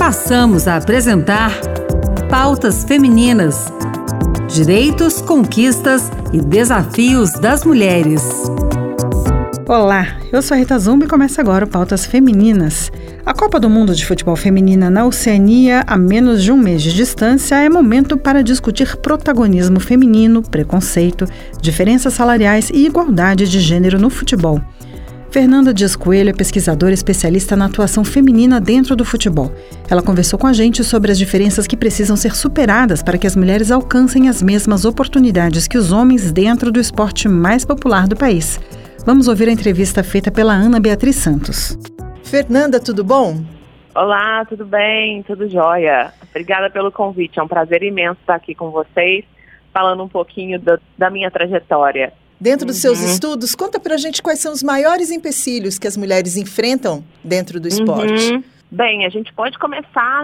Passamos a apresentar Pautas Femininas: direitos, conquistas e desafios das mulheres. Olá, eu sou a Rita Zumbi e começa agora o Pautas Femininas. A Copa do Mundo de Futebol Feminina na Oceania, a menos de um mês de distância, é momento para discutir protagonismo feminino, preconceito, diferenças salariais e igualdade de gênero no futebol. Fernanda Dias Coelho é pesquisadora especialista na atuação feminina dentro do futebol. Ela conversou com a gente sobre as diferenças que precisam ser superadas para que as mulheres alcancem as mesmas oportunidades que os homens dentro do esporte mais popular do país. Vamos ouvir a entrevista feita pela Ana Beatriz Santos. Fernanda, tudo bom? Olá, tudo bem? Tudo jóia. Obrigada pelo convite. É um prazer imenso estar aqui com vocês, falando um pouquinho da minha trajetória. Dentro dos seus estudos, conta pra gente quais são os maiores empecilhos que as mulheres enfrentam dentro do esporte. Bem, a gente pode começar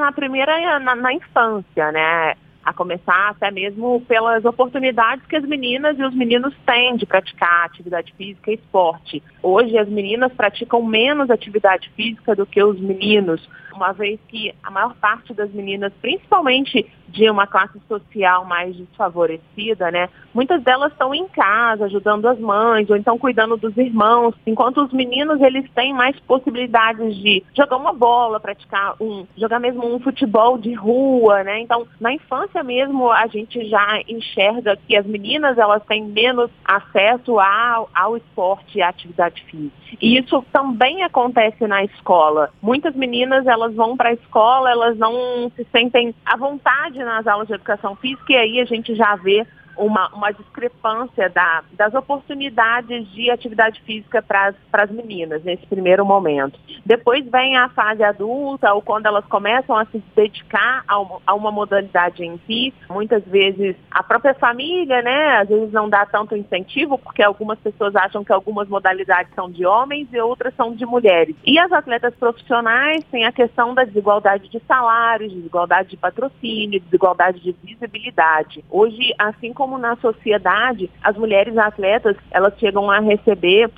na infância, né? A começar até mesmo pelas oportunidades que as meninas e os meninos têm de praticar atividade física e esporte. Hoje as meninas praticam menos atividade física do que os meninos, uma vez que a maior parte das meninas, principalmente de uma classe social mais desfavorecida, né? Muitas delas estão em casa, ajudando as mães, ou então cuidando dos irmãos, enquanto os meninos, eles têm mais possibilidades de jogar uma bola, jogar mesmo um futebol de rua, né? Então, na infância mesmo, a gente já enxerga que as meninas, elas têm menos acesso ao esporte e à atividade física. E isso também acontece na escola. Muitas meninas, elas vão para a escola, elas não se sentem à vontade nas aulas de educação física, e aí a gente já vê uma discrepância das oportunidades de atividade física para as meninas nesse primeiro momento. Depois vem a fase adulta, ou quando elas começam a se dedicar a uma modalidade em si. Muitas vezes a própria família, né, às vezes não dá tanto incentivo, porque algumas pessoas acham que algumas modalidades são de homens e outras são de mulheres. E as atletas profissionais têm a questão da desigualdade de salários, desigualdade de patrocínio, desigualdade de visibilidade. Hoje, assim como na sociedade, as mulheres atletas, elas chegam a receber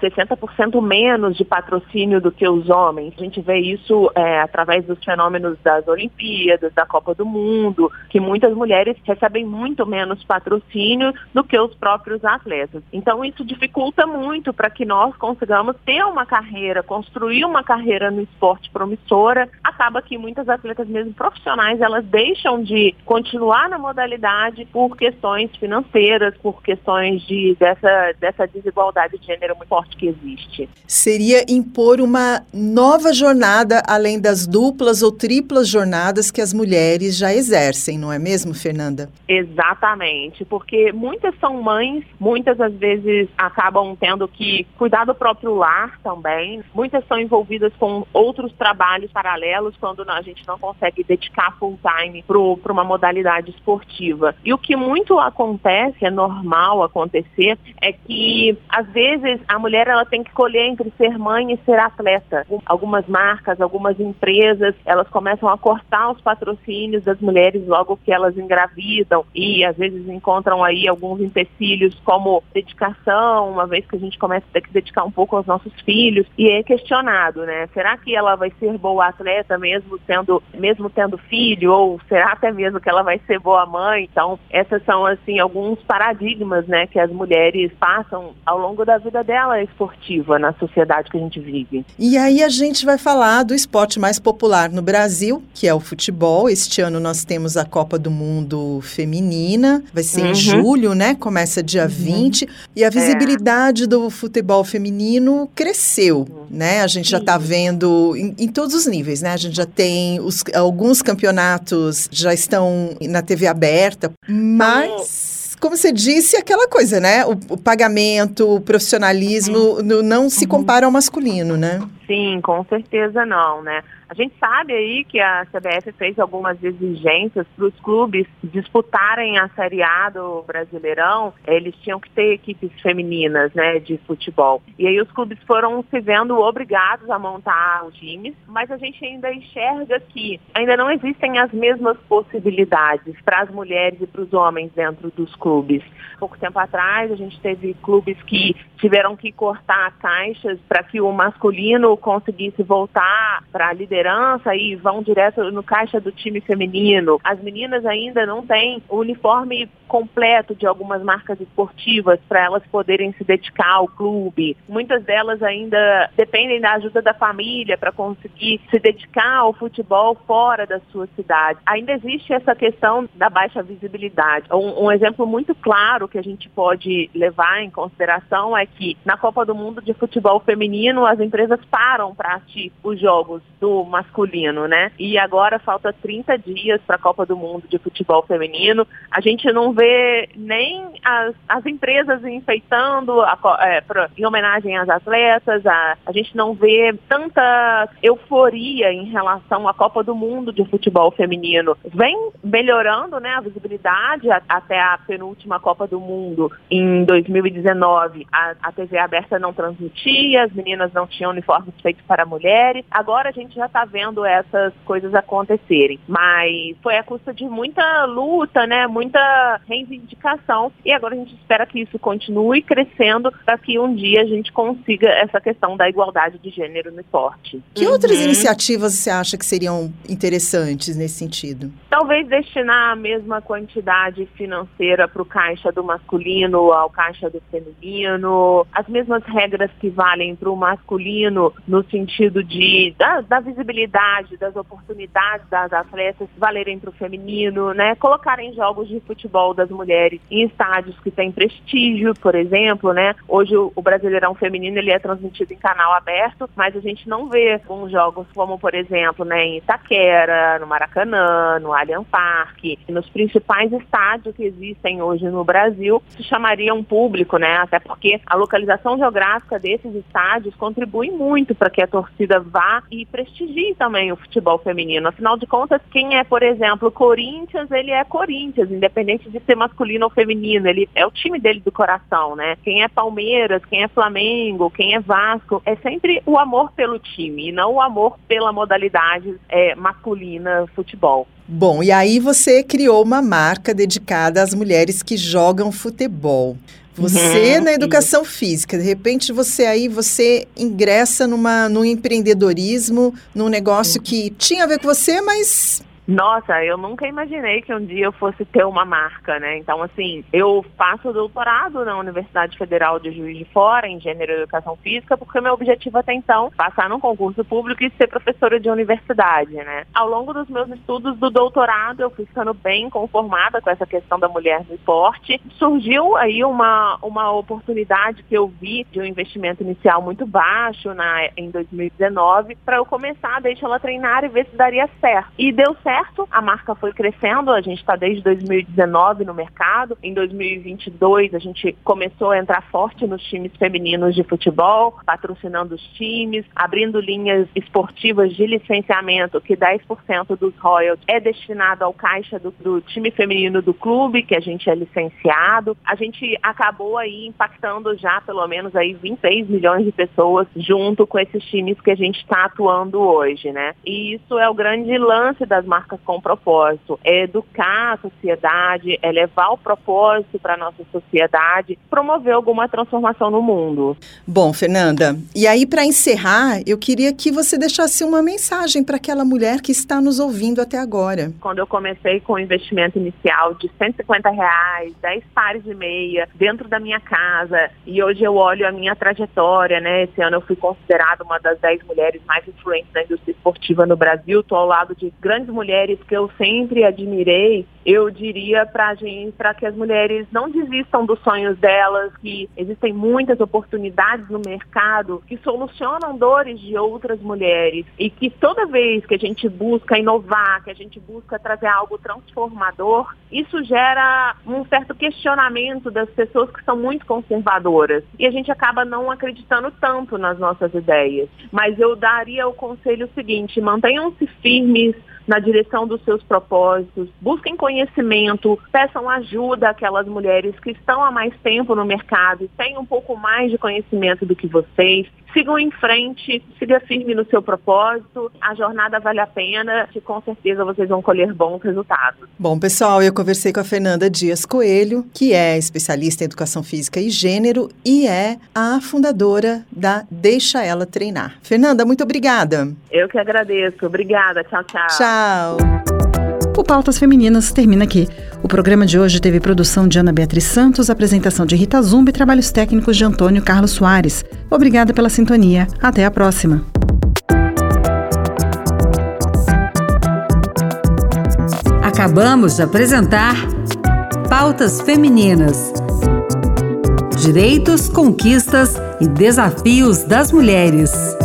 60% menos de patrocínio do que os homens. A gente vê isso através dos fenômenos das Olimpíadas, da Copa do Mundo, que muitas mulheres recebem muito menos patrocínio do que os próprios atletas. Então isso dificulta muito para que nós consigamos ter uma carreira, construir uma carreira no esporte promissora. Acaba que muitas atletas mesmo profissionais, elas deixam de continuar na modalidade por questões financeiras, por questões dessa desigualdade de gênero muito forte que existe. Seria impor uma nova jornada, além das duplas ou triplas jornadas que as mulheres já exercem, não é mesmo, Fernanda? Exatamente, porque muitas são mães, muitas às vezes acabam tendo que cuidar do próprio lar também, muitas são envolvidas com outros trabalhos paralelos quando a gente não consegue dedicar full time para uma modalidade esportiva. E o que muito acontece, é normal acontecer, é que às vezes a mulher ela tem que escolher entre ser mãe e ser atleta. Algumas marcas, algumas empresas, elas começam a cortar os patrocínios das mulheres logo que elas engravidam e às vezes encontram aí alguns empecilhos como dedicação, uma vez que a gente começa a ter que dedicar um pouco aos nossos filhos, e é questionado, né? Será que ela vai ser boa atleta mesmo tendo filho, ou será até mesmo que ela vai ser boa mãe? Então, essas são assim alguns paradigmas, né, que as mulheres passam ao longo da vida dela esportiva na sociedade que a gente vive. E aí a gente vai falar do esporte mais popular no Brasil, que é o futebol. Este ano nós temos a Copa do Mundo Feminina, vai ser em julho, né? Começa dia 20, e a visibilidade do futebol feminino cresceu, né? A gente já está vendo em todos os níveis, né? A gente já tem alguns campeonatos já estão na TV aberta, mas, como você disse, aquela coisa, né? O pagamento, o profissionalismo não se compara ao masculino, né? Sim, com certeza não, né? A gente sabe aí que a CBF fez algumas exigências para os clubes disputarem a Série A do Brasileirão. Eles tinham que ter equipes femininas, né, de futebol. E aí os clubes foram se vendo obrigados a montar os times, mas a gente ainda enxerga que ainda não existem as mesmas possibilidades para as mulheres e para os homens dentro dos clubes. Pouco tempo atrás, a gente teve clubes que tiveram que cortar caixas para que o masculino masculino conseguisse voltar para a liderança e vão direto no caixa do time feminino. As meninas ainda não têm o uniforme completo de algumas marcas esportivas para elas poderem se dedicar ao clube. Muitas delas ainda dependem da ajuda da família para conseguir se dedicar ao futebol fora da sua cidade. Ainda existe essa questão da baixa visibilidade. Um exemplo muito claro que a gente pode levar em consideração é que na Copa do Mundo de Futebol Feminino as empresas param para assistir os jogos do masculino, né? E agora falta 30 dias para a Copa do Mundo de Futebol Feminino. A gente não vê nem as empresas enfeitando em homenagem às atletas, a gente não vê tanta euforia em relação à Copa do Mundo de Futebol Feminino. Vem melhorando, né, a visibilidade até a penúltima Copa do Mundo em 2019. A TV aberta não transmitia, as meninas não tinham uniformes feitos para mulheres. Agora a gente já está vendo essas coisas acontecerem. Mas foi à custa de muita luta, né, muita reivindicação. E agora a gente espera que isso continue crescendo para que um dia a gente consiga essa questão da igualdade de gênero no esporte. Que outras iniciativas você acha que seriam interessantes nesse sentido? Talvez destinar a mesma quantidade financeira para o caixa do masculino ao caixa do feminino, as mesmas regras que valem para o masculino no sentido da visibilidade, das oportunidades das atletas valerem para o feminino, né? Colocarem jogos de futebol das mulheres em estádios que têm prestígio, por exemplo, né? Hoje o Brasileirão Feminino ele é transmitido em canal aberto, mas a gente não vê alguns jogos como, por exemplo, né, em Itaquera, no Maracanã, no Allianz Parque, nos principais estádios que existem hoje no Brasil, se chamaria um público, né? Até porque a localização geográfica desses estádios contribui muito para que a torcida vá e prestigie também o futebol feminino. Afinal de contas, quem é, por exemplo, Corinthians, ele é Corinthians, independente de ser masculino ou feminino, ele é o time dele do coração, né? Quem é Palmeiras, quem é Flamengo, quem é Vasco, é sempre o amor pelo time e não o amor pela modalidade masculina futebol. Bom, e aí você criou uma marca dedicada às mulheres que jogam futebol. Você na educação física, de repente você ingressa num empreendedorismo, num negócio que tinha a ver com você, mas... Nossa, eu nunca imaginei que um dia eu fosse ter uma marca, né? Então, assim, eu faço doutorado na Universidade Federal de Juiz de Fora, em Gênero e Educação Física, porque meu objetivo até então é passar num concurso público e ser professora de universidade, né? Ao longo dos meus estudos do doutorado, eu fui ficando bem conformada com essa questão da mulher no esporte. Surgiu aí uma oportunidade que eu vi de um investimento inicial muito baixo em 2019, para eu começar a deixar ela treinar e ver se daria certo. E deu certo. A marca foi crescendo, a gente está desde 2019 no mercado. Em 2022 a gente começou a entrar forte nos times femininos de futebol, patrocinando os times, abrindo linhas esportivas de licenciamento, que 10% dos royalties é destinado ao caixa do time feminino do clube, que a gente é licenciado. A gente acabou aí impactando já pelo menos aí 26 milhões de pessoas junto com esses times que a gente está atuando hoje, né? E isso é o grande lance das marcas com propósito, é educar a sociedade, é levar o propósito para a nossa sociedade, promover alguma transformação no mundo. Bom, Fernanda, e aí para encerrar, eu queria que você deixasse uma mensagem para aquela mulher que está nos ouvindo até agora. Quando eu comecei com o investimento inicial de R$150, 10 pares de meia, dentro da minha casa, e hoje eu olho a minha trajetória, né? Esse ano eu fui considerada uma das 10 mulheres mais influentes da indústria esportiva no Brasil, estou ao lado de grandes mulheres que eu sempre admirei. Eu diria para que as mulheres não desistam dos sonhos delas, que existem muitas oportunidades no mercado que solucionam dores de outras mulheres e que toda vez que a gente busca inovar, que a gente busca trazer algo transformador, isso gera um certo questionamento das pessoas que são muito conservadoras e a gente acaba não acreditando tanto nas nossas ideias. Mas eu daria o conselho seguinte: mantenham-se firmes na direção dos seus propósitos, busquem conhecimento, peçam ajuda àquelas mulheres que estão há mais tempo no mercado e têm um pouco mais de conhecimento do que vocês, sigam em frente, siga firme no seu propósito, a jornada vale a pena e com certeza vocês vão colher bons resultados. Bom, pessoal, eu conversei com a Fernanda Dias Coelho, que é especialista em educação física e gênero e é a fundadora da Deixa Ela Treinar. Fernanda, muito obrigada. Eu que agradeço. Obrigada. Tchau, tchau. Tchau. O Pautas Femininas termina aqui. O programa de hoje teve produção de Ana Beatriz Santos, apresentação de Rita Zumbi e trabalhos técnicos de Antônio Carlos Soares. Obrigada pela sintonia. Até a próxima. Acabamos de apresentar Pautas Femininas. Direitos, conquistas e desafios das mulheres.